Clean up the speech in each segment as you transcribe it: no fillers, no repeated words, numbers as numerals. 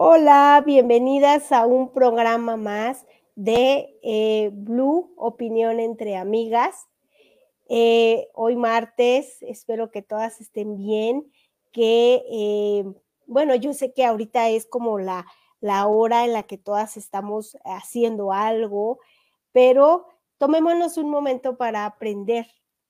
Hola, bienvenidas a un programa más de Blue, Opinión entre Amigas. Hoy martes, espero que todas estén bien, bueno, yo sé que ahorita es como la hora en la que todas estamos haciendo algo, pero tomémonos un momento para aprender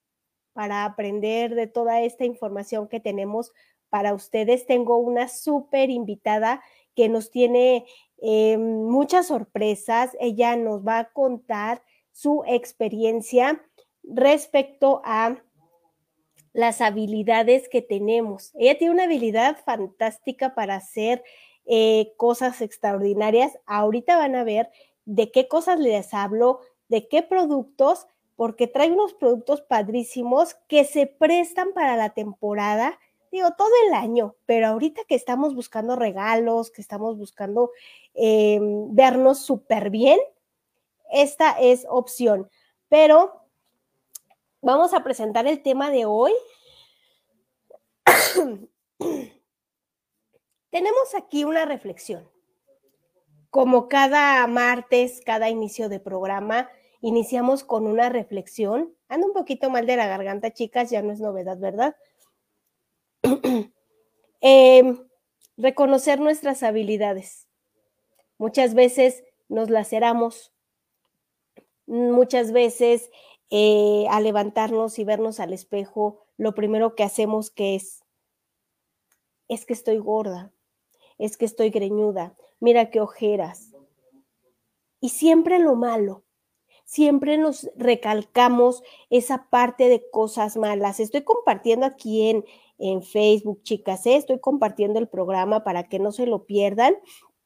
de toda esta información que tenemos para ustedes. Tengo una súper invitada que nos tiene muchas sorpresas. Ella nos va a contar su experiencia respecto a las habilidades que tenemos. Ella tiene una habilidad fantástica para hacer cosas extraordinarias. Ahorita van a ver de qué cosas les hablo, de qué productos, porque trae unos productos padrísimos que se prestan para la temporada, digo, todo el año, pero ahorita que estamos buscando regalos, que estamos buscando vernos súper bien, esta es opción. Pero vamos a presentar el tema de hoy. Tenemos aquí una reflexión. Como cada martes, cada inicio de programa, iniciamos con una reflexión. Ando un poquito mal de la garganta, chicas, ya no es novedad, ¿verdad? Reconocer nuestras habilidades. Muchas veces nos laceramos, muchas veces al levantarnos y vernos al espejo, lo primero que hacemos es que estoy gorda, es que estoy greñuda, mira qué ojeras. Y siempre lo malo, siempre nos recalcamos esa parte de cosas malas. Estoy compartiendo aquí en Facebook, chicas, estoy compartiendo el programa para que no se lo pierdan.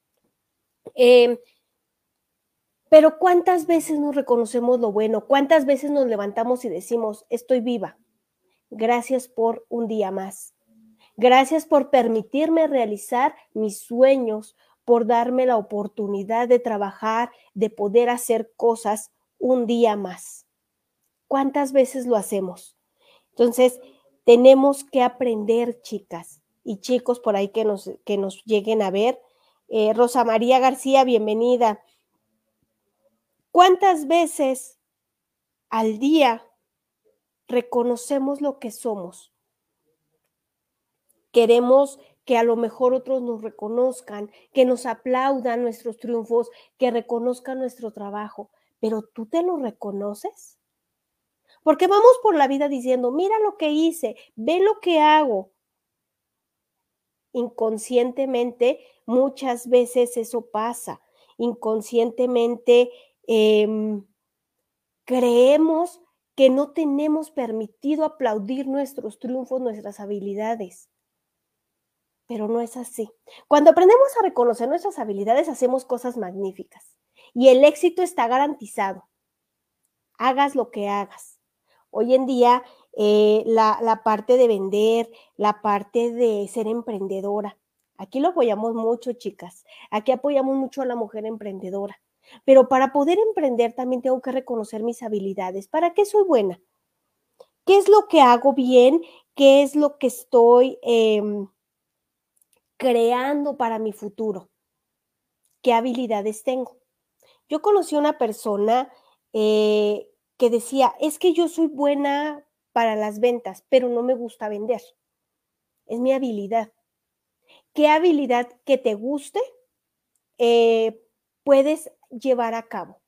Pero ¿cuántas veces nos reconocemos lo bueno? ¿Cuántas veces nos levantamos y decimos, estoy viva? Gracias por un día más. Gracias por permitirme realizar mis sueños, por darme la oportunidad de trabajar, de poder hacer cosas un día más. ¿Cuántas veces lo hacemos? Entonces, tenemos que aprender, chicas y chicos por ahí que nos lleguen a ver. Rosa María García, bienvenida. ¿Cuántas veces al día reconocemos lo que somos? Queremos que a lo mejor otros nos reconozcan, que nos aplaudan nuestros triunfos, que reconozcan nuestro trabajo, pero ¿tú te lo reconoces? Porque vamos por la vida diciendo, mira lo que hice, ve lo que hago. Inconscientemente, muchas veces eso pasa. Inconscientemente creemos que no tenemos permitido aplaudir nuestros triunfos, nuestras habilidades. Pero no es así. Cuando aprendemos a reconocer nuestras habilidades, hacemos cosas magníficas. Y el éxito está garantizado. Hagas lo que hagas. Hoy en día, la parte de vender, la parte de ser emprendedora, aquí lo apoyamos mucho, chicas. Aquí apoyamos mucho a la mujer emprendedora. Pero para poder emprender también tengo que reconocer mis habilidades. ¿Para qué soy buena? ¿Qué es lo que hago bien? ¿Qué es lo que estoy creando para mi futuro? ¿Qué habilidades tengo? Yo conocí a una persona que decía, es que yo soy buena para las ventas, pero no me gusta vender. Es mi habilidad. ¿Qué habilidad que te guste puedes llevar a cabo?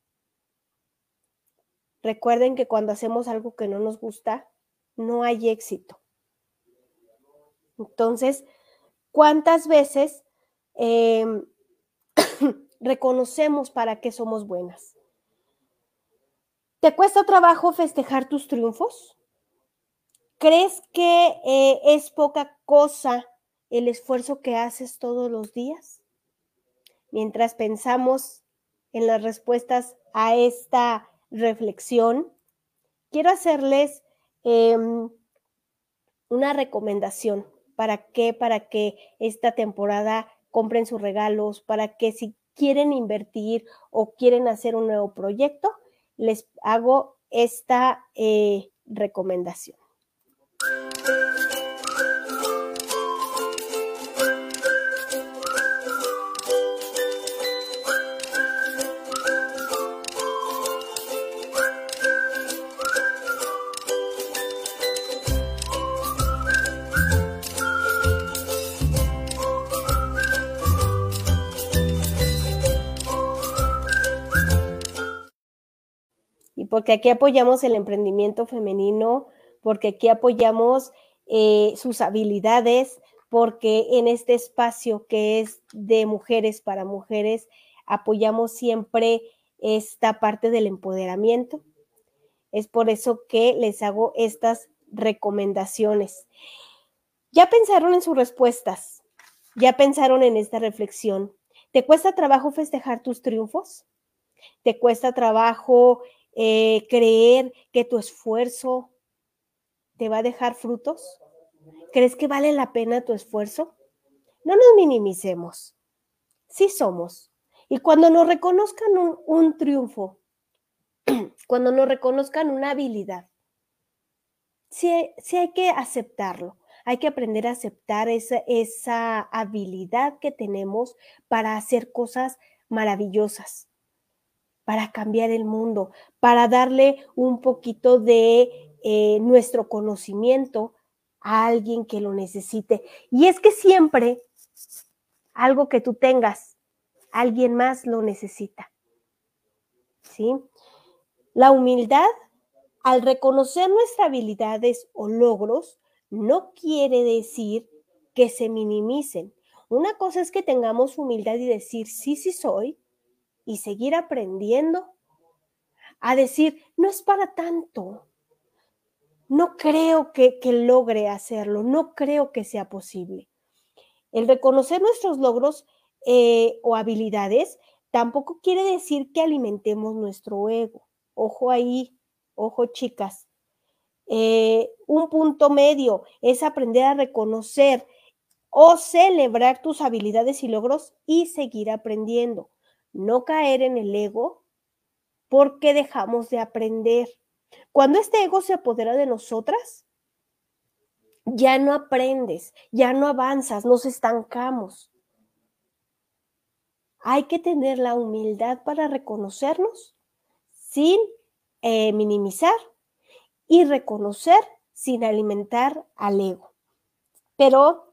Recuerden que cuando hacemos algo que no nos gusta, no hay éxito. Entonces, ¿cuántas veces reconocemos para qué somos buenas? ¿Te cuesta trabajo festejar tus triunfos? ¿Crees que es poca cosa el esfuerzo que haces todos los días? Mientras pensamos en las respuestas a esta reflexión, quiero hacerles una recomendación. ¿Para qué? Para que esta temporada compren sus regalos, para que si quieren invertir o quieren hacer un nuevo proyecto, les hago esta recomendación. porque aquí apoyamos el emprendimiento femenino, porque aquí apoyamos sus habilidades, porque en este espacio que es de mujeres para mujeres, apoyamos siempre esta parte del empoderamiento. Es por eso que les hago estas recomendaciones. ¿Ya pensaron en sus respuestas? ¿Ya pensaron en esta reflexión? ¿Te cuesta trabajo festejar tus triunfos? ¿Te cuesta trabajo creer que tu esfuerzo te va a dejar frutos? ¿Crees que vale la pena tu esfuerzo? No nos minimicemos. Sí somos. Y cuando nos reconozcan un triunfo, cuando nos reconozcan una habilidad, sí hay que aceptarlo. Hay que aprender a aceptar esa habilidad que tenemos para hacer cosas maravillosas, para cambiar el mundo, para darle un poquito de nuestro conocimiento a alguien que lo necesite. Y es que siempre algo que tú tengas, alguien más lo necesita, ¿sí? La humildad, al reconocer nuestras habilidades o logros, no quiere decir que se minimicen. Una cosa es que tengamos humildad y decir, sí, sí soy, y seguir aprendiendo, a decir, no es para tanto, no creo que logre hacerlo, no creo que sea posible. El reconocer nuestros logros o habilidades tampoco quiere decir que alimentemos nuestro ego. Ojo ahí, ojo chicas. Un punto medio es aprender a reconocer o celebrar tus habilidades y logros y seguir aprendiendo. No caer en el ego porque dejamos de aprender. Cuando este ego se apodera de nosotras, ya no aprendes, ya no avanzas, nos estancamos. Hay que tener la humildad para reconocernos sin minimizar y reconocer sin alimentar al ego. Pero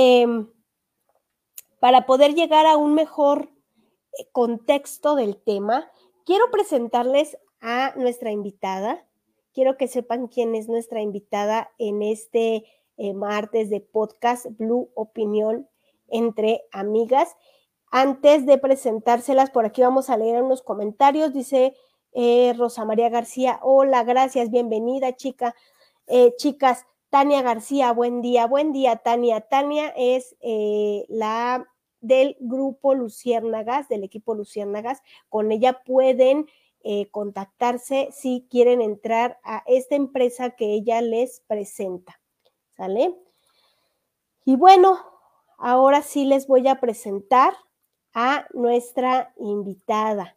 para poder llegar a un mejor contexto del tema, quiero presentarles a nuestra invitada. Quiero que sepan quién es nuestra invitada en este martes de podcast Blue Opinión entre amigas. Antes de presentárselas, por aquí vamos a leer unos comentarios. Dice Rosa María García, hola, gracias, bienvenida, chicas. Tania García, buen día, Tania. Tania es la del grupo Luciérnagas, del equipo Luciérnagas. Con ella pueden contactarse si quieren entrar a esta empresa que ella les presenta, ¿sale? Y bueno, ahora sí les voy a presentar a nuestra invitada.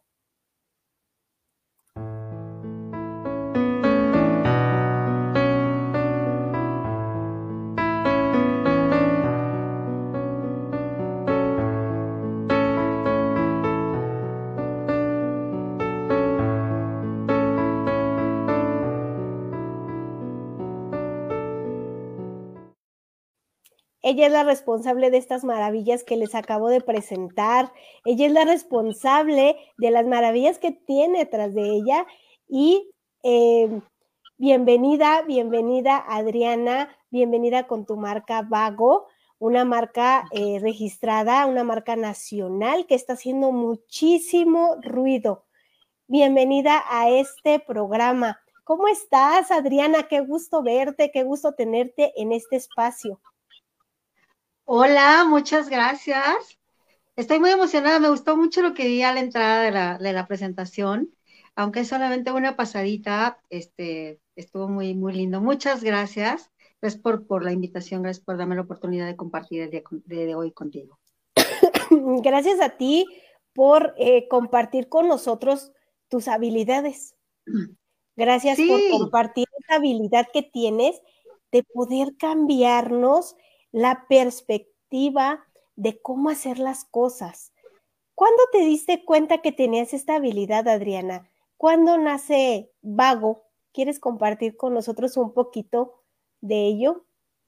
Ella es la responsable de estas maravillas que les acabo de presentar. Ella es la responsable de las maravillas que tiene tras de ella. Y bienvenida Adriana, bienvenida con tu marca Vago, una marca registrada, una marca nacional que está haciendo muchísimo ruido. Bienvenida a este programa. ¿Cómo estás, Adriana? Qué gusto verte, qué gusto tenerte en este espacio. Hola, muchas gracias. Estoy muy emocionada, me gustó mucho lo que vi a la entrada de la presentación, aunque es solamente una pasadita, estuvo muy, muy lindo. Muchas gracias. Gracias por la invitación, gracias por darme la oportunidad de compartir el día de hoy contigo. Gracias a ti por compartir con nosotros tus habilidades. Gracias por Sí, compartir esa habilidad que tienes de poder cambiarnos la perspectiva de cómo hacer las cosas. ¿Cuándo te diste cuenta que tenías esta habilidad, Adriana? ¿Cuándo nace Vago? ¿Quieres compartir con nosotros un poquito de ello?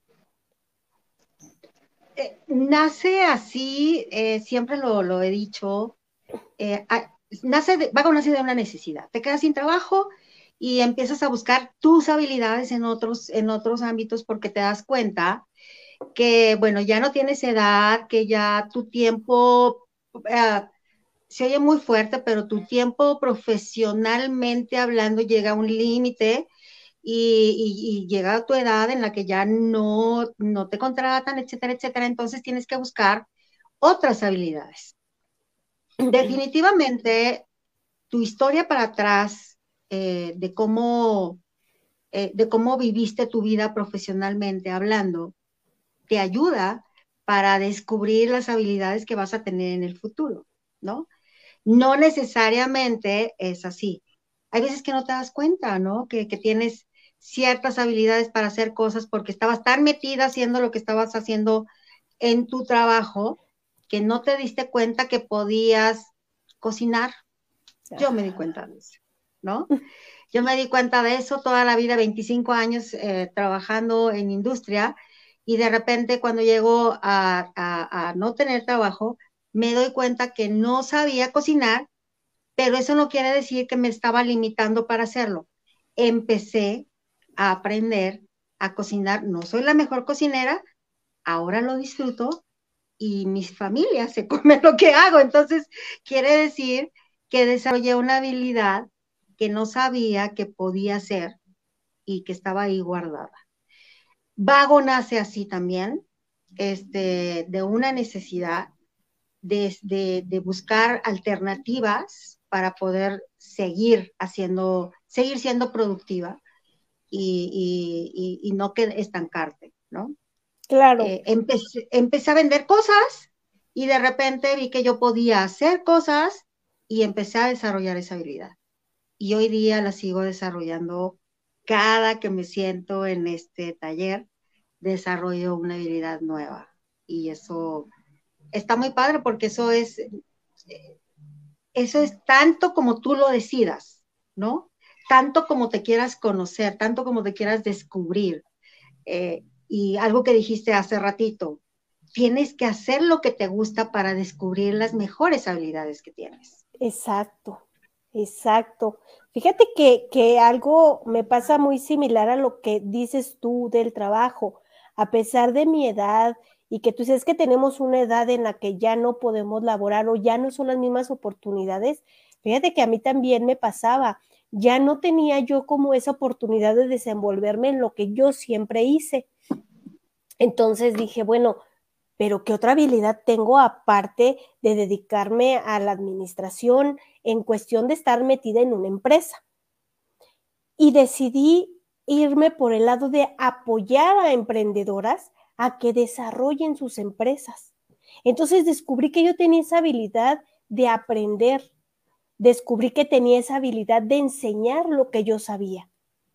nace así, siempre lo he dicho, Vago nace de una necesidad. Te quedas sin trabajo y empiezas a buscar tus habilidades en otros ámbitos porque te das cuenta que, bueno, ya no tienes edad, que ya tu tiempo, se oye muy fuerte, pero tu tiempo profesionalmente hablando llega a un límite y llega a tu edad en la que ya no te contratan, etcétera, etcétera. Entonces tienes que buscar otras habilidades. Definitivamente, tu historia para atrás de cómo viviste tu vida profesionalmente hablando, te ayuda para descubrir las habilidades que vas a tener en el futuro, ¿no? No necesariamente es así. Hay veces que no te das cuenta, ¿no? Que tienes ciertas habilidades para hacer cosas porque estabas tan metida haciendo lo que estabas haciendo en tu trabajo que no te diste cuenta que podías cocinar. Yo me di cuenta de eso, ¿no? Yo me di cuenta de eso toda la vida, 25 años trabajando en industria, y de repente cuando llego a no tener trabajo, me doy cuenta que no sabía cocinar, pero eso no quiere decir que me estaba limitando para hacerlo. Empecé a aprender a cocinar. No soy la mejor cocinera, ahora lo disfruto y mi familia se come lo que hago. Entonces, quiere decir que desarrollé una habilidad que no sabía que podía hacer y que estaba ahí guardada. Vago nace así también, de una necesidad de buscar alternativas para poder seguir siendo productiva y no que estancarte, ¿no? Claro, Empecé a vender cosas y de repente vi que yo podía hacer cosas y empecé a desarrollar esa habilidad. Y hoy día la sigo desarrollando cada que me siento en este taller, desarrollo una habilidad nueva. Y eso está muy padre porque eso es tanto como tú lo decidas, ¿no? Tanto como te quieras conocer, tanto como te quieras descubrir. Y algo que dijiste hace ratito, tienes que hacer lo que te gusta para descubrir las mejores habilidades que tienes. exacto, exacto. Fíjate que algo me pasa muy similar a lo que dices tú del trabajo. A pesar de mi edad y que tú dices que tenemos una edad en la que ya no podemos laborar o ya no son las mismas oportunidades, fíjate que a mí también me pasaba. Ya no tenía yo como esa oportunidad de desenvolverme en lo que yo siempre hice. Entonces dije, bueno, pero ¿qué otra habilidad tengo aparte de dedicarme a la administración en cuestión de estar metida en una empresa? Y decidí irme por el lado de apoyar a emprendedoras a que desarrollen sus empresas. Entonces descubrí que yo tenía esa habilidad de aprender, descubrí que tenía esa habilidad de enseñar lo que yo sabía.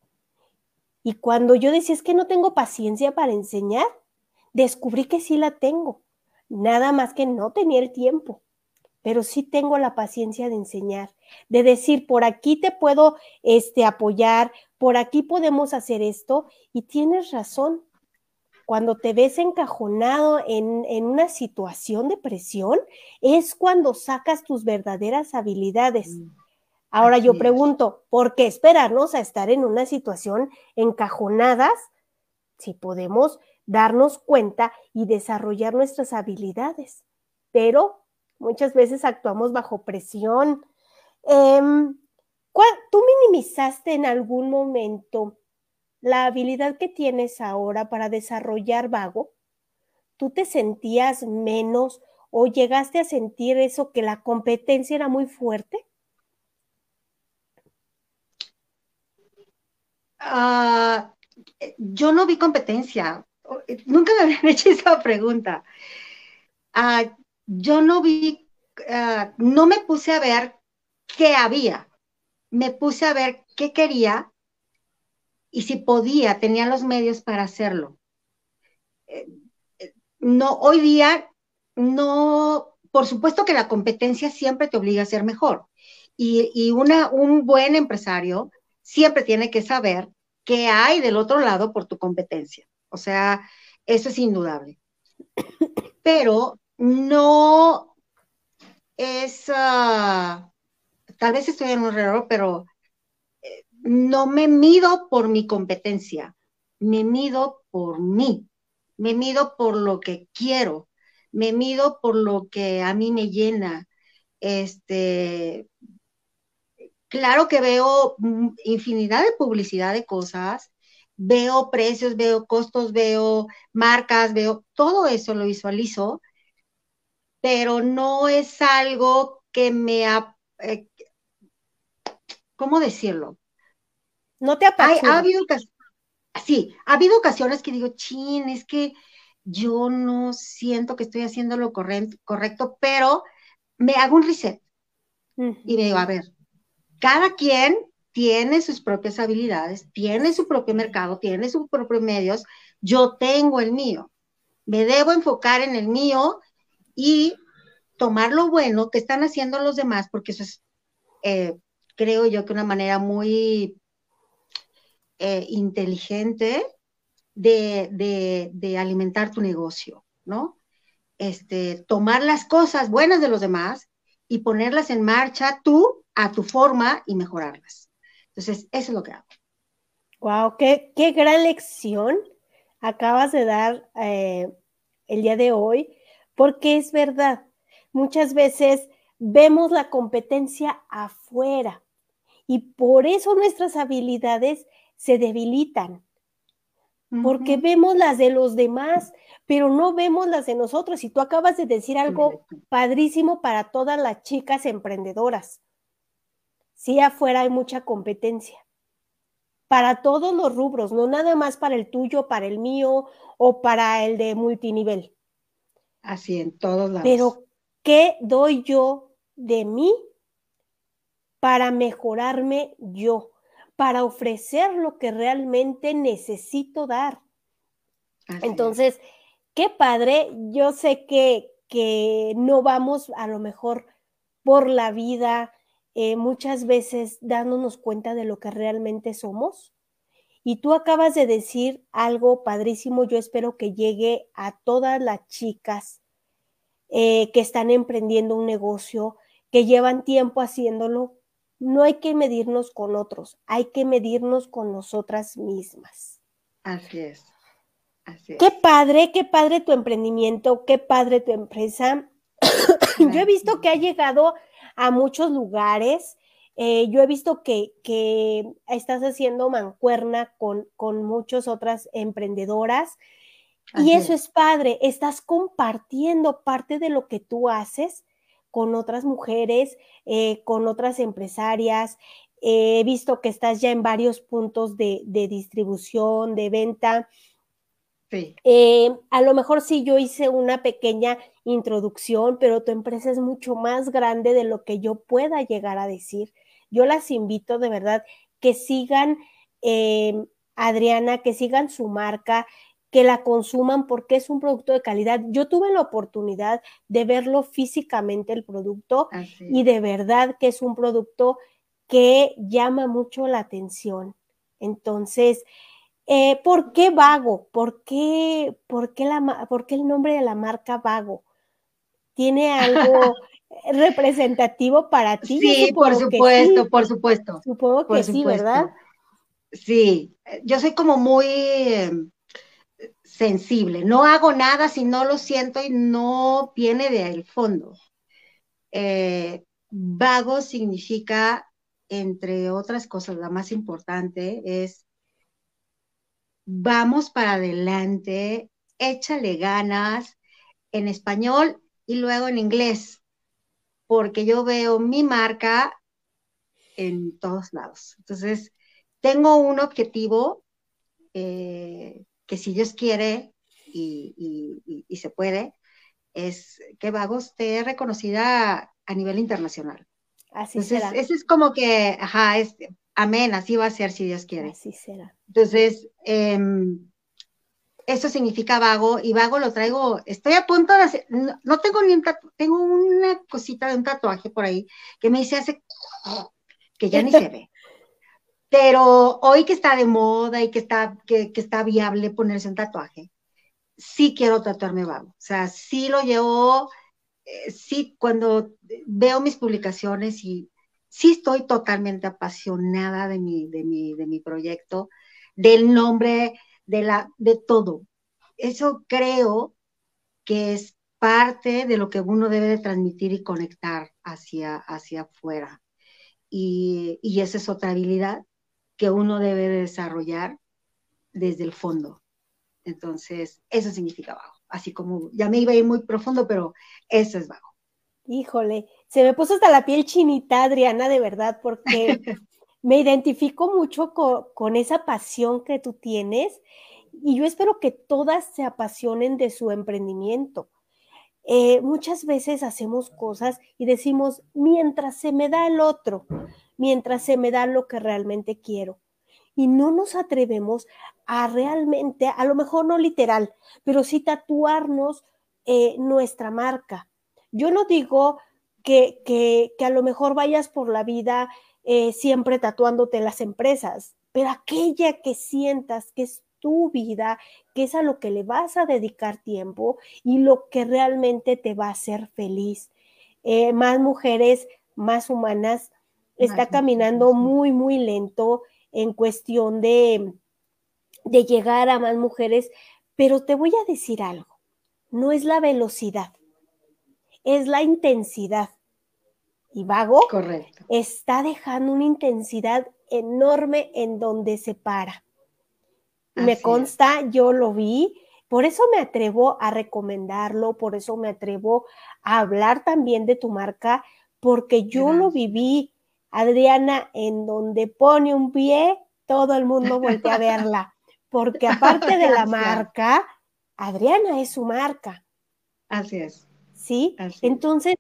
Y cuando yo decía, es que no tengo paciencia para enseñar, descubrí que sí la tengo, nada más que no tenía el tiempo, pero sí tengo la paciencia de enseñar, de decir, por aquí te puedo apoyar, por aquí podemos hacer esto, y tienes razón. Cuando te ves encajonado en una situación de presión, es cuando sacas tus verdaderas habilidades. Ahora yo Así es. pregunto, ¿por qué esperarnos a estar en una situación encajonadas si podemos darnos cuenta y desarrollar nuestras habilidades? Pero muchas veces actuamos bajo presión. Eh, ¿Tú minimizaste en algún momento la habilidad que tienes ahora para desarrollar vago? ¿Tú te sentías menos o llegaste a sentir eso, que la competencia era muy fuerte? Uh, yo no vi competencia. Nunca me habían hecho esa pregunta. Uh, yo no vi, no me puse a ver qué había. Me puse a ver qué quería y si podía, tenía los medios para hacerlo. Eh, no, hoy día no, por supuesto que la competencia siempre te obliga a ser mejor. Un buen empresario siempre tiene que saber qué hay del otro lado por tu competencia. O sea, eso es indudable. Pero no es, tal vez estoy en un error, pero no me mido por mi competencia, me mido por mí, me mido por lo que quiero, me mido por lo que a mí me llena. Este, claro que veo infinidad de publicidad de cosas, veo precios, veo costos, veo marcas, veo todo eso, lo visualizo, pero no es algo que ¿cómo decirlo? No te Ha apachurra. habido sí, ha habido ocasiones que digo, chin, es que yo no siento que estoy haciendo lo correcto, pero me hago un reset y me digo, a Ujú. ver, cada quien tiene sus propias habilidades, tiene su propio mercado, tiene sus propios medios, yo tengo el mío, me debo enfocar en el mío y tomar lo bueno que están haciendo los demás, porque eso es, eh, creo yo que una manera muy inteligente de alimentar tu negocio, ¿no? Tomar las cosas buenas de los demás y ponerlas en marcha tú a tu forma y mejorarlas. Entonces, eso es lo que hago. Wow, qué gran lección acabas de dar el día de hoy, porque es verdad, muchas veces vemos la competencia afuera y por eso nuestras habilidades se debilitan, Uh porque -huh. vemos las de los demás, pero no vemos las de nosotros. Y tú acabas de decir algo Correcto. padrísimo para todas las chicas emprendedoras. Sí, afuera hay mucha competencia para todos los rubros, no nada más para el tuyo, para el mío o para el de multinivel. Así en todos lados. Pero, ¿qué doy yo de mí para mejorarme yo? Para ofrecer lo que realmente necesito dar. Así es. Entonces, qué padre. Yo sé que no vamos a lo mejor por la vida muchas veces dándonos cuenta de lo que realmente somos. Y tú acabas de decir algo padrísimo, yo espero que llegue a todas las chicas que están emprendiendo un negocio, que llevan tiempo haciéndolo. No hay que medirnos con otros, hay que medirnos con nosotras mismas. Así es. Así es. Qué padre tu emprendimiento, qué padre tu empresa. Yo he Gracias. visto que ha llegado a muchos lugares. Yo he visto que estás haciendo mancuerna con muchas otras emprendedoras y Así eso es. es padre. Estás compartiendo parte de lo que tú haces con otras mujeres, con otras empresarias. He visto que estás ya en varios puntos de distribución, de venta. Sí. A lo mejor sí yo hice una pequeña introducción, pero tu empresa es mucho más grande de lo que yo pueda llegar a decir. Yo las invito de verdad que sigan Adriana, que sigan su marca, que la consuman porque es un producto de calidad. Yo tuve la oportunidad de verlo físicamente el producto Así y es. de verdad que es un producto que llama mucho la atención. Entonces, ¿por qué Vago? ¿Por qué el nombre de la marca Vago? ¿Tiene algo representativo para ti? Yo Sí, por supongo que supuesto, sí, por supuesto, supongo por que sí, ¿verdad? supuesto. Sí, yo soy como muy sensible. No hago nada si no lo siento y no viene del fondo. Vago significa, entre otras cosas, la más importante es vamos para adelante, échale ganas en español y luego en inglés, porque yo veo mi marca en todos lados. Entonces, tengo un objetivo que si Dios quiere y se puede, es que Vago esté reconocida a nivel internacional. Así Entonces, será, ese es como que, ajá, amén, así va a ser si Dios quiere. así será. Entonces, eso significa vago y vago lo traigo, estoy a punto de hacer, no, no tengo ni un tatuaje, tengo una cosita de un tatuaje por ahí que me hice hace que ya ni se ve. Pero hoy que está de moda y que está viable ponerse un tatuaje, sí quiero tatuarme vago. O sea, sí lo llevo, sí cuando veo mis publicaciones y sí estoy totalmente apasionada de mi proyecto, del nombre, de todo. Eso creo que es parte de lo que uno debe de transmitir y conectar hacia afuera. Y esa es otra habilidad que uno debe de desarrollar desde el fondo. Entonces, eso significa vago. Así como, ya me iba a ir muy profundo, pero eso es vago. Híjole, se me puso hasta la piel chinita, Adriana, de verdad, porque me identifico mucho con esa pasión que tú tienes y yo espero que todas se apasionen de su emprendimiento. Muchas veces hacemos cosas y decimos, mientras se me da el otro, mientras se me da lo que realmente quiero. Y no nos atrevemos a realmente, a lo mejor no literal, pero sí tatuarnos nuestra marca. Yo no digo que a lo mejor vayas por la vida siempre tatuándote las empresas, pero aquella que sientas que es tu vida, que es a lo que le vas a dedicar tiempo y lo que realmente te va a hacer feliz. Más mujeres, más humanas, está Más caminando mujeres, sí. muy, muy lento en cuestión de llegar a más mujeres, pero te voy a decir algo, no es la velocidad, es la intensidad. Y Vago Correcto. está dejando una intensidad enorme en donde se para. Me Así es. consta, yo lo vi, por eso me atrevo a recomendarlo, por eso me atrevo a hablar también de tu marca, porque yo lo Gracias. viví, Adriana, en donde pone un pie, todo el mundo voltea a verla, porque aparte de la Gracias. marca, Adriana es su marca, Así es. ¿sí? Así es. Entonces,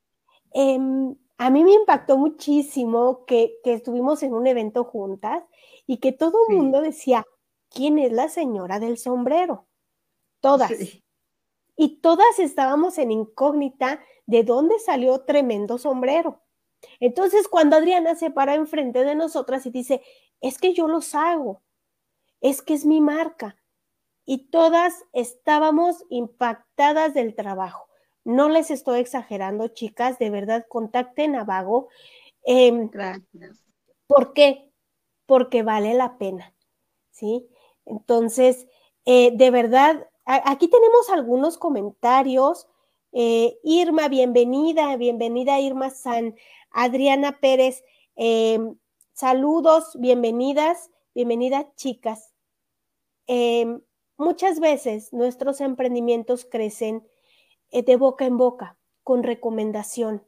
a mí me impactó muchísimo que estuvimos en un evento juntas y que todo el Sí. mundo decía, ¿quién es la señora del sombrero? Todas. Sí. Y todas estábamos en incógnita de dónde salió tremendo sombrero. Entonces, cuando Adriana se para enfrente de nosotras y dice, es que yo los hago, es que es mi marca. Y todas estábamos impactadas del trabajo. No les estoy exagerando, chicas, de verdad, contacten a Vago. Eh, Gracias. ¿Por qué? Porque vale la pena, ¿sí? Entonces, de verdad, aquí tenemos algunos comentarios. Irma, bienvenida, bienvenida Irma San. Adriana Pérez, saludos, bienvenidas, bienvenidas chicas. Muchas veces nuestros emprendimientos crecen de boca en boca, con recomendación.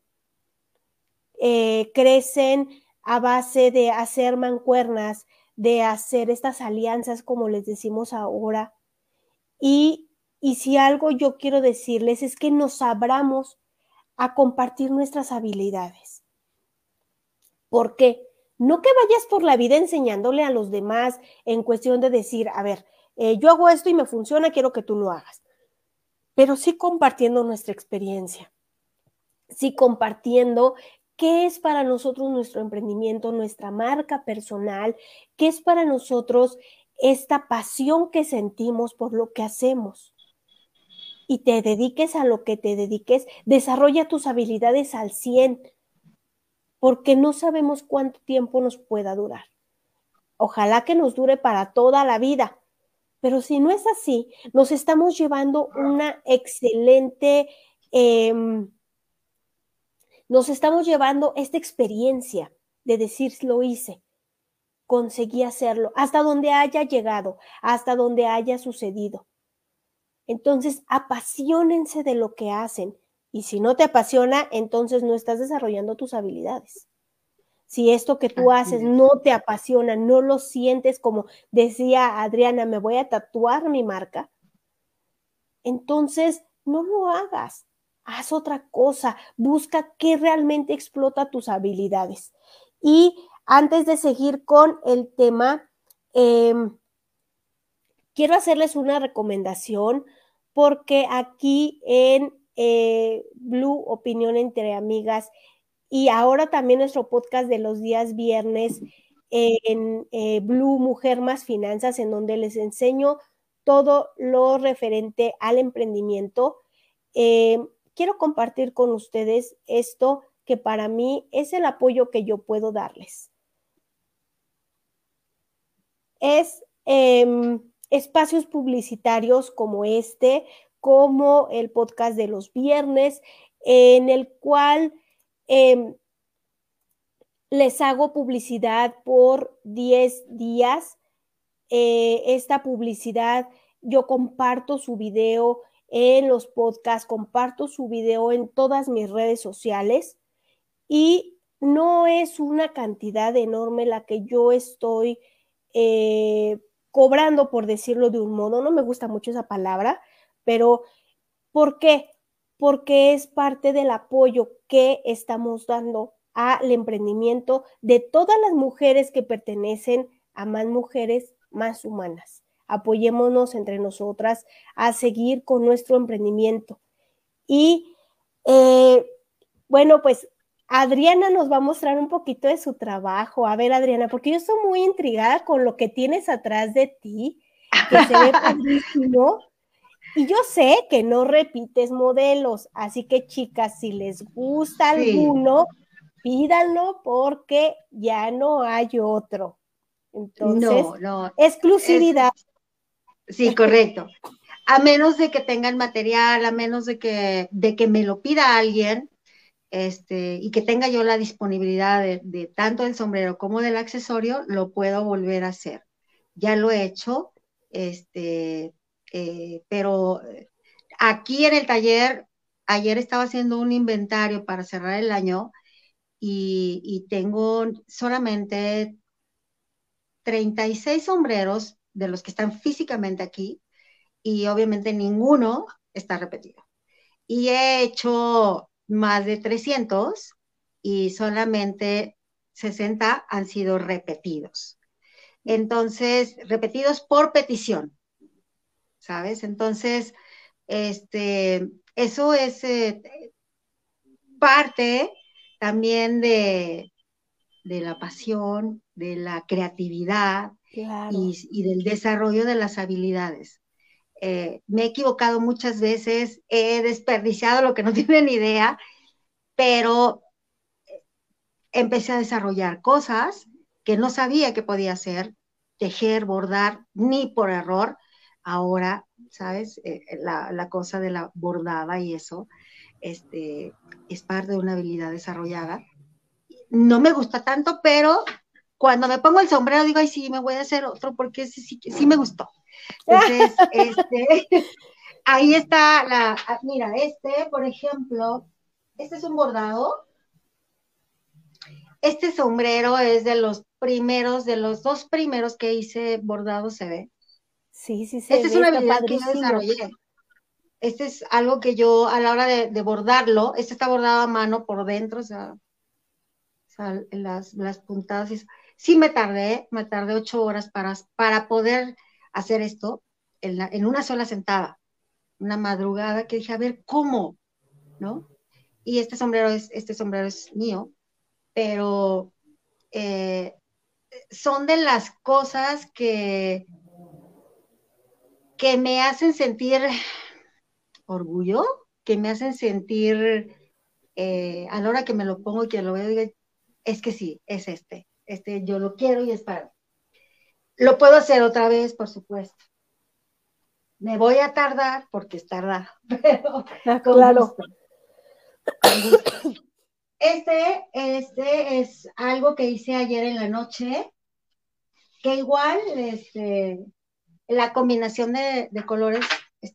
Crecen a base de hacer mancuernas, de hacer estas alianzas, como les decimos ahora. Y, y si algo yo quiero decirles es que nos abramos a compartir nuestras habilidades. ¿Por qué? No que vayas por la vida enseñándole a los demás en cuestión de decir, a ver, yo hago esto y me funciona, quiero que tú lo hagas. Pero sí compartiendo nuestra experiencia, sí compartiendo qué es para nosotros nuestro emprendimiento, nuestra marca personal, qué es para nosotros esta pasión que sentimos por lo que hacemos. Y te dediques a lo que te dediques, desarrolla tus habilidades al 100, porque no sabemos cuánto tiempo nos pueda durar. Ojalá que nos dure para toda la vida, pero si no es así, nos estamos llevando una excelente, eh, nos estamos llevando esta experiencia de decir, lo hice, conseguí hacerlo, hasta donde haya llegado, hasta donde haya sucedido. Entonces, apasionense de lo que hacen. Y si no te apasiona, entonces no estás desarrollando tus habilidades. Si esto que tú Así haces es. no te apasiona, no lo sientes como decía Adriana, me voy a tatuar mi marca, entonces no lo hagas. Haz otra cosa, busca qué realmente explota tus habilidades. Y antes de seguir con el tema, eh, quiero hacerles una recomendación porque aquí en Blue Opinión entre Amigas y ahora también nuestro podcast de los días viernes en Blue Mujer más Finanzas, en donde les enseño todo lo referente al emprendimiento. Eh, Quiero compartir con ustedes esto que para mí es el apoyo que yo puedo darles. Es espacios publicitarios como este, como el podcast de los viernes, en el cual les hago publicidad por 10 días. Esta publicidad, yo comparto su video en los podcasts, comparto su video en todas mis redes sociales y no es una cantidad enorme la que yo estoy cobrando, por decirlo de un modo. No me gusta mucho esa palabra, pero ¿por qué? Porque es parte del apoyo que estamos dando al emprendimiento de todas las mujeres que pertenecen a Más Mujeres Más Humanas. Apoyémonos entre nosotras a seguir con nuestro emprendimiento. Y bueno, pues Adriana nos va a mostrar un poquito de su trabajo. A ver, Adriana, porque yo estoy muy intrigada con lo que tienes atrás de ti, que se ve padrísimo. Y yo sé que no repites modelos, así que chicas, si les gusta alguno, pídanlo porque ya no hay otro. Entonces, No, exclusividad. sí, correcto. A menos de que tengan material, a menos de que me lo pida alguien, y que tenga yo la disponibilidad de tanto del sombrero como del accesorio, lo puedo volver a hacer. Ya lo he hecho, pero aquí en el taller, ayer estaba haciendo un inventario para cerrar el año y tengo solamente 36 sombreros de los que están físicamente aquí y obviamente ninguno está repetido. Y he hecho más de 300 y solamente 60 han sido repetidos. Entonces, repetidos por petición, ¿sabes? Entonces, eso es parte también de la pasión, de la creatividad Claro. y del desarrollo de las habilidades. Me he equivocado muchas veces, he desperdiciado lo que no tienen idea, pero empecé a desarrollar cosas que no sabía que podía hacer, tejer, bordar, ni por error. Ahora, ¿sabes? La cosa de la bordada y eso, es parte de una habilidad desarrollada. No me gusta tanto, pero cuando me pongo el sombrero digo, ay, sí, me voy a hacer otro porque ese sí, sí me gustó. Entonces, ahí está mira, por ejemplo, este es un bordado. Este sombrero es de los primeros, de los dos primeros que hice bordado se ve. Sí, sí se Esta es ve, una está habilidad que yo padrísimo. desarrollé. Este es algo que yo a la hora de bordarlo, este está bordado a mano por dentro, o sea las puntadas. Sí me tardé 8 horas para poder hacer esto en una sola sentada, una madrugada que dije, a ver, ¿cómo? ¿No? Y este sombrero es mío, pero son de las cosas que me hacen sentir orgullo, que me hacen sentir a la hora que me lo pongo y que lo veo, digo, es que sí, es este yo lo quiero y es para mí. Lo puedo hacer otra vez, por supuesto. Me voy a tardar porque es tardar, pero con Claro. gusto, con gusto. Este es algo que hice ayer en la noche, que igual, la combinación de colores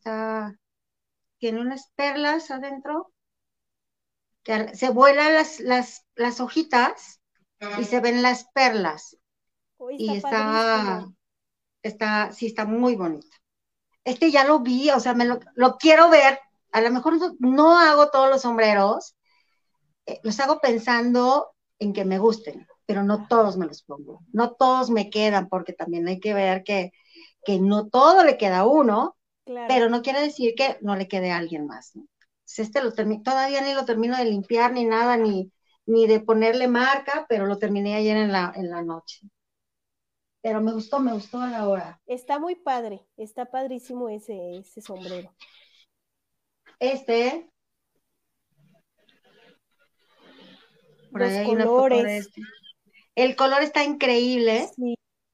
tiene unas perlas adentro, que se vuelan las hojitas y se ven las perlas. Hoy Y está padrísimo. sí, está muy bonito. Ya lo vi, o sea, lo quiero ver. A lo mejor no hago todos los sombreros, los hago pensando en que me gusten, pero no todos me los pongo, no todos me quedan, porque también hay que ver que no todo le queda a uno, Claro. pero no quiere decir que no le quede a alguien más, ¿no? Pues todavía ni lo termino de limpiar, ni nada, ni de ponerle marca, pero lo terminé ayer en la noche. Pero me gustó a la hora. Está muy padre, está padrísimo ese sombrero. Este por ahí los hay una foto de colores. este. El color está increíble. Sí,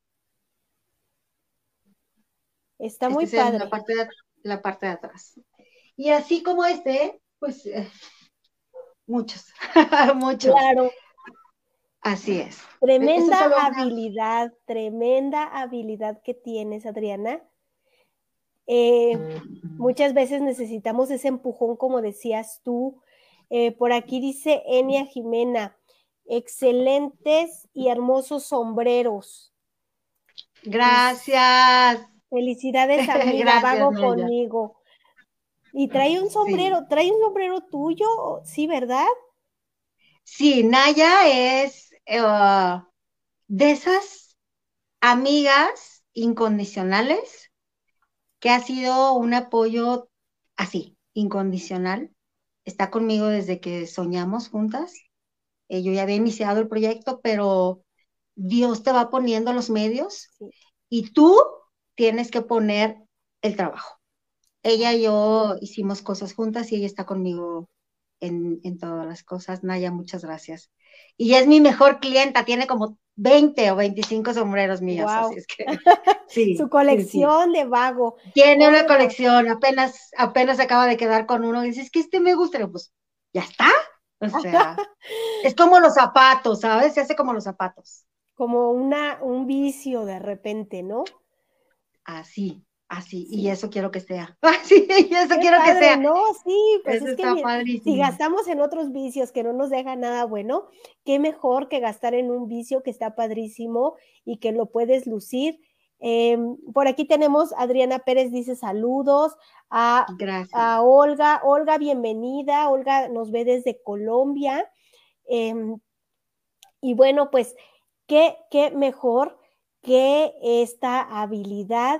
está Este muy es padre. la parte de atrás. Y así como este, pues muchos, muchos. Claro, Así es. Eso es solo una. tremenda habilidad que tienes, Adriana. Eh, Muchas veces necesitamos ese empujón, como decías tú. Por aquí dice Enia Jimena, excelentes y hermosos sombreros. Gracias. Felicidades, amiga, Gracias, vago Naya. conmigo. Y Sí. trae un sombrero tuyo, sí, ¿verdad? Sí, Naya es de esas amigas incondicionales que ha sido un apoyo así, incondicional. Está conmigo desde que soñamos juntas. Yo ya había iniciado el proyecto, pero Dios te va poniendo los medios Sí. y tú tienes que poner el trabajo. Ella y yo hicimos cosas juntas y ella está conmigo en todas las cosas. Naya, muchas gracias. Y es mi mejor clienta, tiene como 20 o 25 sombreros míos, así Wow. es que sí, Su sí, sí. colección de vago. Tiene una Oigan, colección, apenas acaba de quedar con uno y dice, es que este me gusta, y yo, pues ya está. O sea, es como los zapatos, ¿sabes? Se hace como los zapatos. como un vicio de repente, ¿no? Así, así, y Sí. eso quiero que sea. Así, y eso Qué quiero que padre, sea. ¿no? Sí, pues Eso es que está mira, si padrísimo. gastamos en otros vicios que no nos dejan nada bueno, qué mejor que gastar en un vicio que está padrísimo y que lo puedes lucir. Por aquí tenemos, Adriana Pérez dice saludos Gracias. a Olga. Olga, bienvenida. Olga nos ve desde Colombia. Eh, y bueno, pues, qué mejor que esta habilidad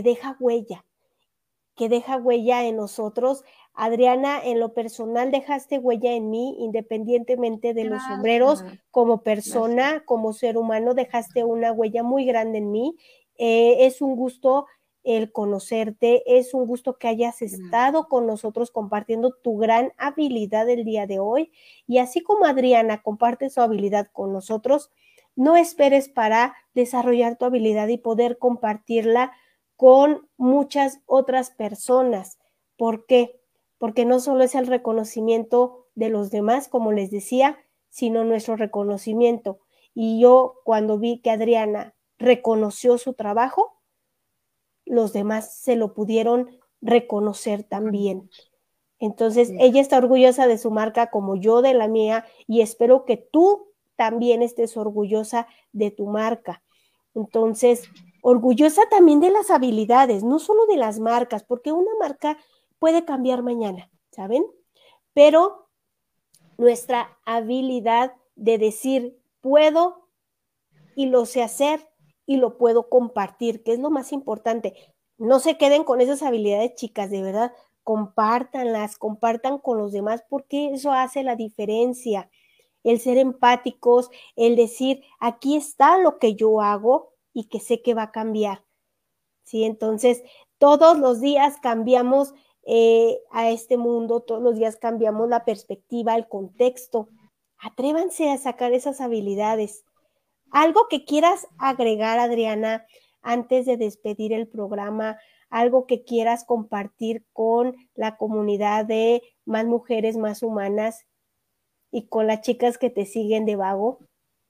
que deja huella en nosotros. Adriana, en lo personal dejaste huella en mí, independientemente de los sombreros, Gracias. como Gracias. persona, como ser humano, dejaste una huella muy grande en mí. Es un gusto el conocerte, es un gusto que hayas Gracias. estado con nosotros compartiendo tu gran habilidad el día de hoy. Y así como Adriana comparte su habilidad con nosotros, no esperes para desarrollar tu habilidad y poder compartirla con muchas otras personas. ¿Por qué? Porque no solo es el reconocimiento de los demás, como les decía, sino nuestro reconocimiento. Y yo cuando vi que Adriana reconoció su trabajo, los demás se lo pudieron reconocer también. Entonces, Sí. ella está orgullosa de su marca como yo de la mía y espero que tú también estés orgullosa de tu marca. Entonces, orgullosa también de las habilidades, no solo de las marcas, porque una marca puede cambiar mañana, ¿saben? Pero nuestra habilidad de decir puedo y lo sé hacer y lo puedo compartir, que es lo más importante. No se queden con esas habilidades, chicas, de verdad, compártanlas, compartan con los demás, porque eso hace la diferencia. El ser empáticos, el decir, aquí está lo que yo hago y que sé que va a cambiar. ¿Sí? Entonces, todos los días cambiamos a este mundo, todos los días cambiamos la perspectiva, el contexto. Atrévanse a sacar esas habilidades. Algo que quieras agregar, Adriana, antes de despedir el programa, algo que quieras compartir con la comunidad de Más Mujeres, Más Humanas y con las chicas que te siguen de vago.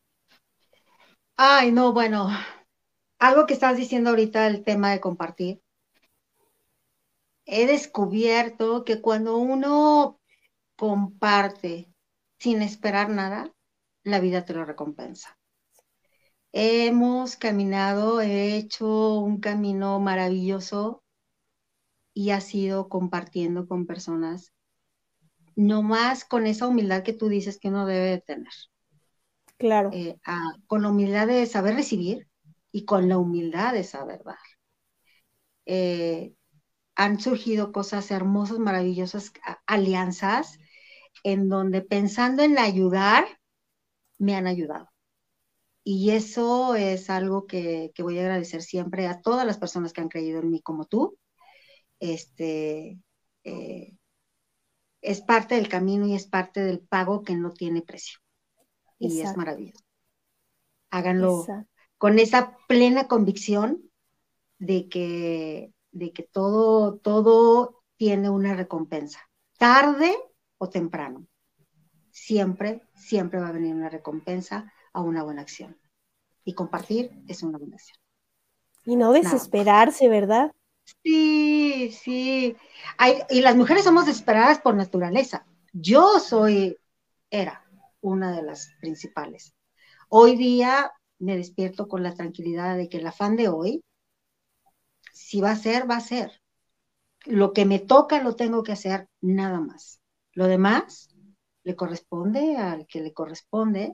Ay, no, bueno, algo que estás diciendo ahorita, el tema de compartir. He descubierto que cuando uno comparte sin esperar nada, la vida te lo recompensa. Hemos caminado, he hecho un camino maravilloso y ha sido compartiendo con personas, no más con esa humildad que tú dices que uno debe de tener. Claro, Con la humildad de saber recibir y con la humildad de saber dar. Eh, Han surgido cosas hermosas, maravillosas, alianzas, en donde pensando en ayudar, me han ayudado. Y eso es algo que voy a agradecer siempre a todas las personas que han creído en mí como tú. Este, eh, es parte del camino y es parte del pago que no tiene precio. y es exacto, maravilloso. Háganlo exacto. con esa plena convicción de que todo tiene una recompensa, tarde o temprano. Siempre, siempre va a venir una recompensa a una buena acción. Y compartir es una buena acción. Y no Nada más. desesperarse, ¿verdad? Sí, sí. Y las mujeres somos desesperadas por naturaleza. Yo era una de las principales. Hoy día me despierto con la tranquilidad de que el afán de hoy, si va a ser, va a ser. Lo que me toca lo tengo que hacer, nada más. Lo demás le corresponde al que le corresponde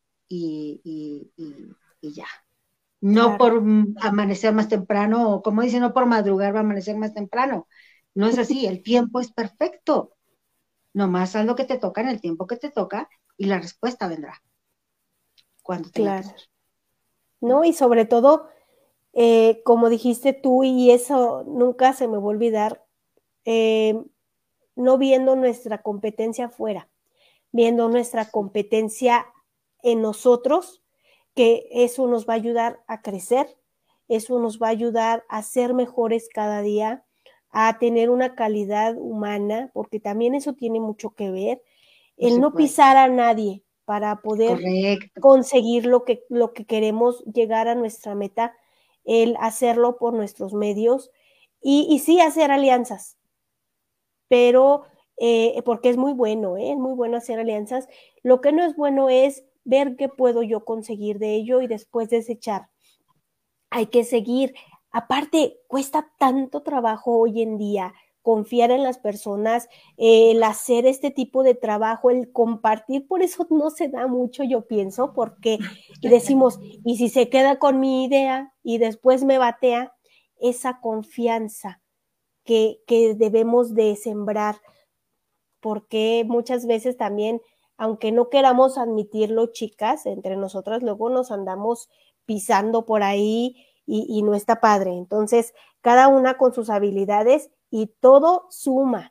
y ya. No Claro. por amanecer más temprano, o como dicen, no por madrugar va a amanecer más temprano. No es así, el tiempo es perfecto. Nomás haz lo que te toca en el tiempo que te toca y la respuesta vendrá cuando tenga que Claro. ser. ¿No? Y sobre todo, como dijiste tú, y eso nunca se me va a olvidar, eh, no viendo nuestra competencia afuera, viendo nuestra Sí, competencia en nosotros, que eso nos va a ayudar a crecer, eso nos va a ayudar a ser mejores cada día, a tener una calidad humana, porque también eso tiene mucho que ver, por el no supuesto. pisar a nadie para poder Correcto. conseguir lo que queremos, llegar a nuestra meta, el hacerlo por nuestros medios y sí hacer alianzas, pero porque es muy bueno, ¿eh? Es muy bueno hacer alianzas. Lo que no es bueno es ver qué puedo yo conseguir de ello y después desechar. Hay que seguir. Aparte, cuesta tanto trabajo hoy en día confiar en las personas, el hacer este tipo de trabajo, el compartir, por eso no se da mucho, yo pienso, porque decimos, y si se queda con mi idea y después me batea, esa confianza que debemos de sembrar, porque muchas veces también, aunque no queramos admitirlo, chicas, entre nosotras luego nos andamos pisando por ahí y no está padre. Entonces, cada una con sus habilidades y todo suma,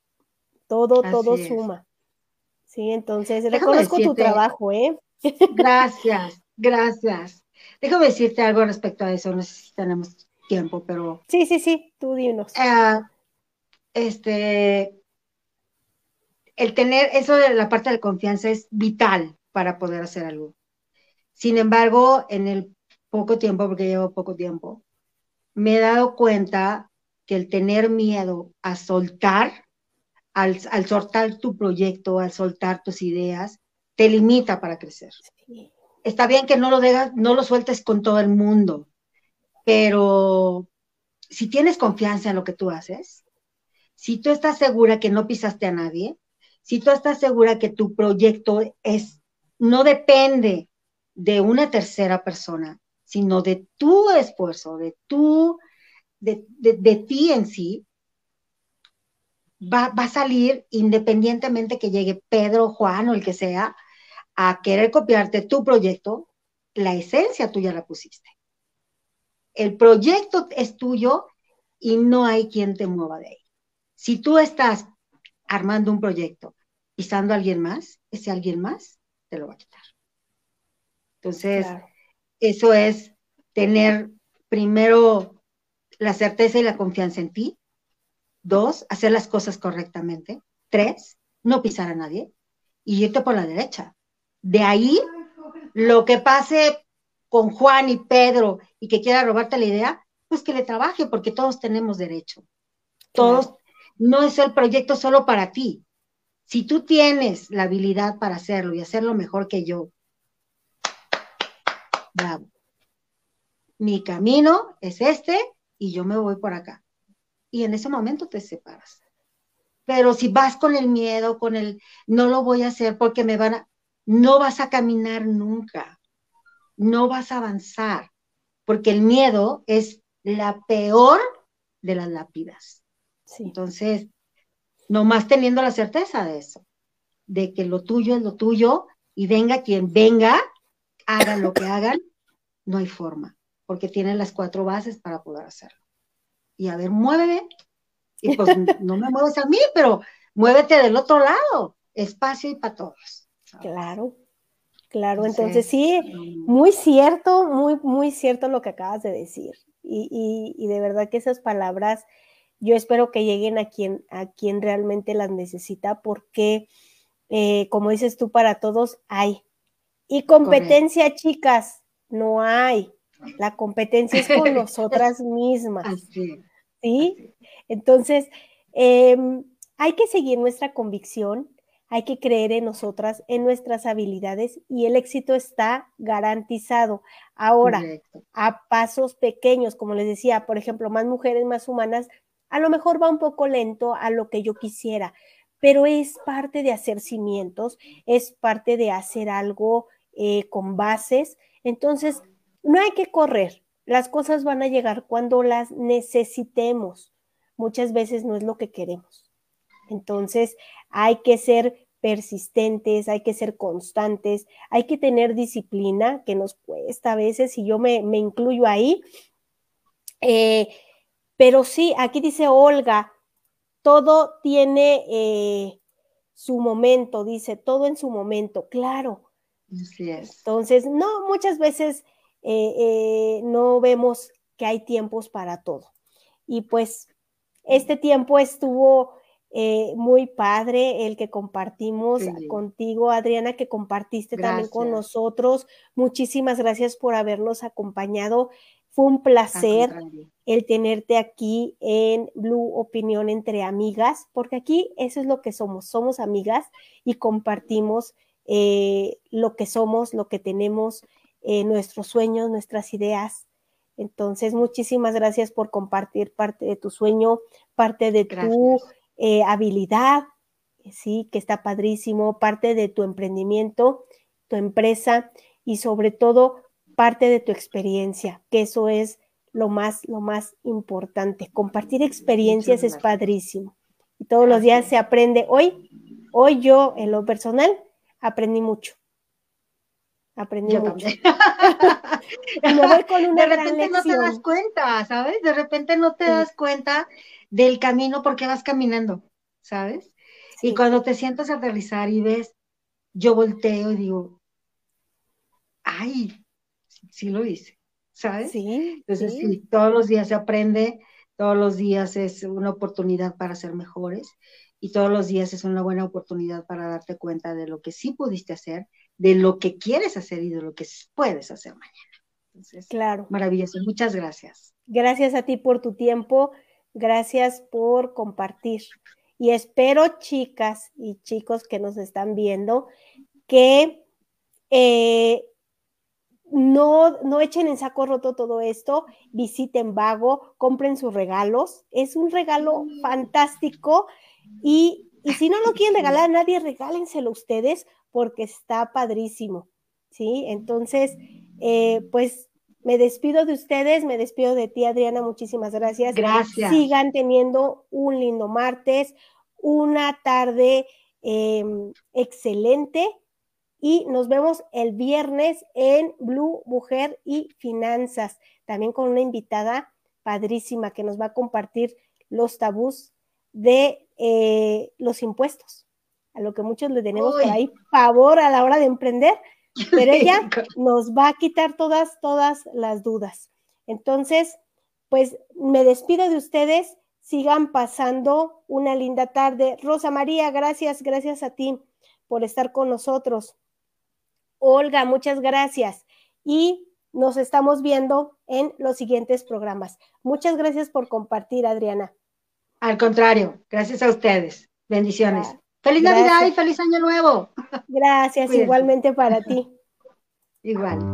todo Así es. suma. Sí, entonces Déjame reconozco tu decirte, trabajo, ¿eh? gracias, gracias. Déjame decirte algo respecto a eso, no sé si tenemos tiempo, pero Sí, sí, sí, tú dinos. eh, este, el tener eso de la parte de confianza es vital para poder hacer algo. Sin embargo, en el poco tiempo, porque llevo poco tiempo, me he dado cuenta que el tener miedo a soltar, al soltar tu proyecto, al soltar tus ideas, te limita para crecer. Sí, Está bien que no lo sueltes con todo el mundo, pero si tienes confianza en lo que tú haces, si tú estás segura que no pisaste a nadie, si tú estás segura que tu proyecto no depende de una tercera persona, sino de tu esfuerzo, de ti en sí, va a salir independientemente que llegue Pedro, Juan o el que sea a querer copiarte tu proyecto, la esencia tú ya la pusiste. El proyecto es tuyo y no hay quien te mueva de ahí. Si tú estás armando un proyecto pisando a alguien más, ese alguien más te lo va a quitar. Entonces, claro, eso es tener primero la certeza y la confianza en ti. 2, hacer las cosas correctamente. 3, no pisar a nadie y irte por la derecha. De ahí, lo que pase con Juan y Pedro y que quiera robarte la idea, pues que le trabaje porque todos tenemos derecho. Todos, claro, no es el proyecto solo para ti. Si tú tienes la habilidad para hacerlo y hacerlo mejor que yo, bravo. Mi camino es este y yo me voy por acá. Y en ese momento te separas. Pero si vas con el miedo, no lo voy a hacer porque no vas a caminar nunca, no vas a avanzar, porque el miedo es la peor de las lápidas. sí, Entonces, nomás teniendo la certeza de eso, de que lo tuyo es lo tuyo y venga quien venga, hagan lo que hagan, no hay forma, porque tienen las 4 bases para poder hacerlo. Y a ver, muéveme, y pues no me mueves a mí, pero muévete del otro lado, espacio y para todos. ¿Sabes? claro. Claro, entonces Entonces, sí, muy cierto, muy, muy cierto lo que acabas de decir. Y de verdad que esas palabras yo espero que lleguen a quien realmente las necesita, porque como dices tú, para todos hay. Y correcto. competencia, chicas, no hay. La competencia es con nosotras mismas, Así, ¿sí? así. Entonces, hay que seguir nuestra convicción, hay que creer en nosotras, en nuestras habilidades y el éxito está garantizado. Ahora, Correcto. a pasos pequeños, como les decía, por ejemplo, más mujeres, más humanas, a lo mejor va un poco lento a lo que yo quisiera, pero es parte de hacer cimientos, es parte de hacer algo con bases. Entonces, no hay que correr, las cosas van a llegar cuando las necesitemos. Muchas veces no es lo que queremos. Entonces, hay que ser persistentes, hay que ser constantes, hay que tener disciplina, que nos cuesta a veces, y yo me incluyo ahí. Eh, pero sí, aquí dice Olga, todo tiene su momento, dice, todo en su momento, claro. Así es. Entonces, no, muchas veces no vemos que hay tiempos para todo. Y pues este tiempo estuvo muy padre, el que compartimos Sí, contigo, Adriana, que compartiste también con gracias. nosotros. Muchísimas gracias por habernos acompañado. Fue un Al placer contrario. el tenerte aquí en Blue Opinión entre amigas, porque aquí eso es lo que somos amigas y compartimos lo que somos, lo que tenemos, nuestros sueños, nuestras ideas. Entonces, muchísimas gracias por compartir parte de tu sueño, parte de tu Gracias. habilidad, sí, que está padrísimo, parte de tu emprendimiento, tu empresa y sobre todo parte de tu experiencia, que eso es lo más importante. Compartir Muchas experiencias es gracias. padrísimo. Y todos los Así días es. se aprende. Hoy yo, en lo personal, aprendí mucho. Aprendí Yo mucho. también. Y me voy con De una gran repente no te das lección. cuenta, ¿sabes? De repente no te Sí, das cuenta del camino porque vas caminando, ¿sabes? Y sí, cuando te sientas a aterrizar y ves, yo volteo y digo, ay, sí lo hice, ¿sabes? sí, Entonces, sí, sí, todos los días se aprende, todos los días es una oportunidad para ser mejores y todos los días es una buena oportunidad para darte cuenta de lo que sí pudiste hacer, de lo que quieres hacer y de lo que puedes hacer mañana. Entonces, claro. maravilloso. Muchas gracias. Gracias a ti por tu tiempo, gracias por compartir. Y espero, chicas y chicos que nos están viendo, que eh, no echen en saco roto todo esto, visiten Vago, compren sus regalos. Es un regalo fantástico y si no lo quieren regalar a nadie, regálenselo ustedes porque está padrísimo, ¿sí? Entonces, pues me despido de ustedes, me despido de ti, Adriana, muchísimas gracias. Gracias. Sigan teniendo un lindo martes, una tarde excelente y nos vemos el viernes en Blue Mujer y Finanzas, también con una invitada padrísima que nos va a compartir los tabús de los impuestos, a lo que muchos le tenemos por Uy, ahí pavor a la hora de emprender, pero ella sí, nos va a quitar todas las dudas. Entonces, pues me despido de ustedes, sigan pasando una linda tarde. Rosa María, gracias a ti por estar con nosotros. Olga, muchas gracias. Y nos estamos viendo en los siguientes programas. Muchas gracias por compartir, Adriana. al contrario, gracias a ustedes. Bendiciones. Feliz Navidad y Gracias. feliz Año Nuevo. Gracias Cuídense. igualmente para ti. Igual.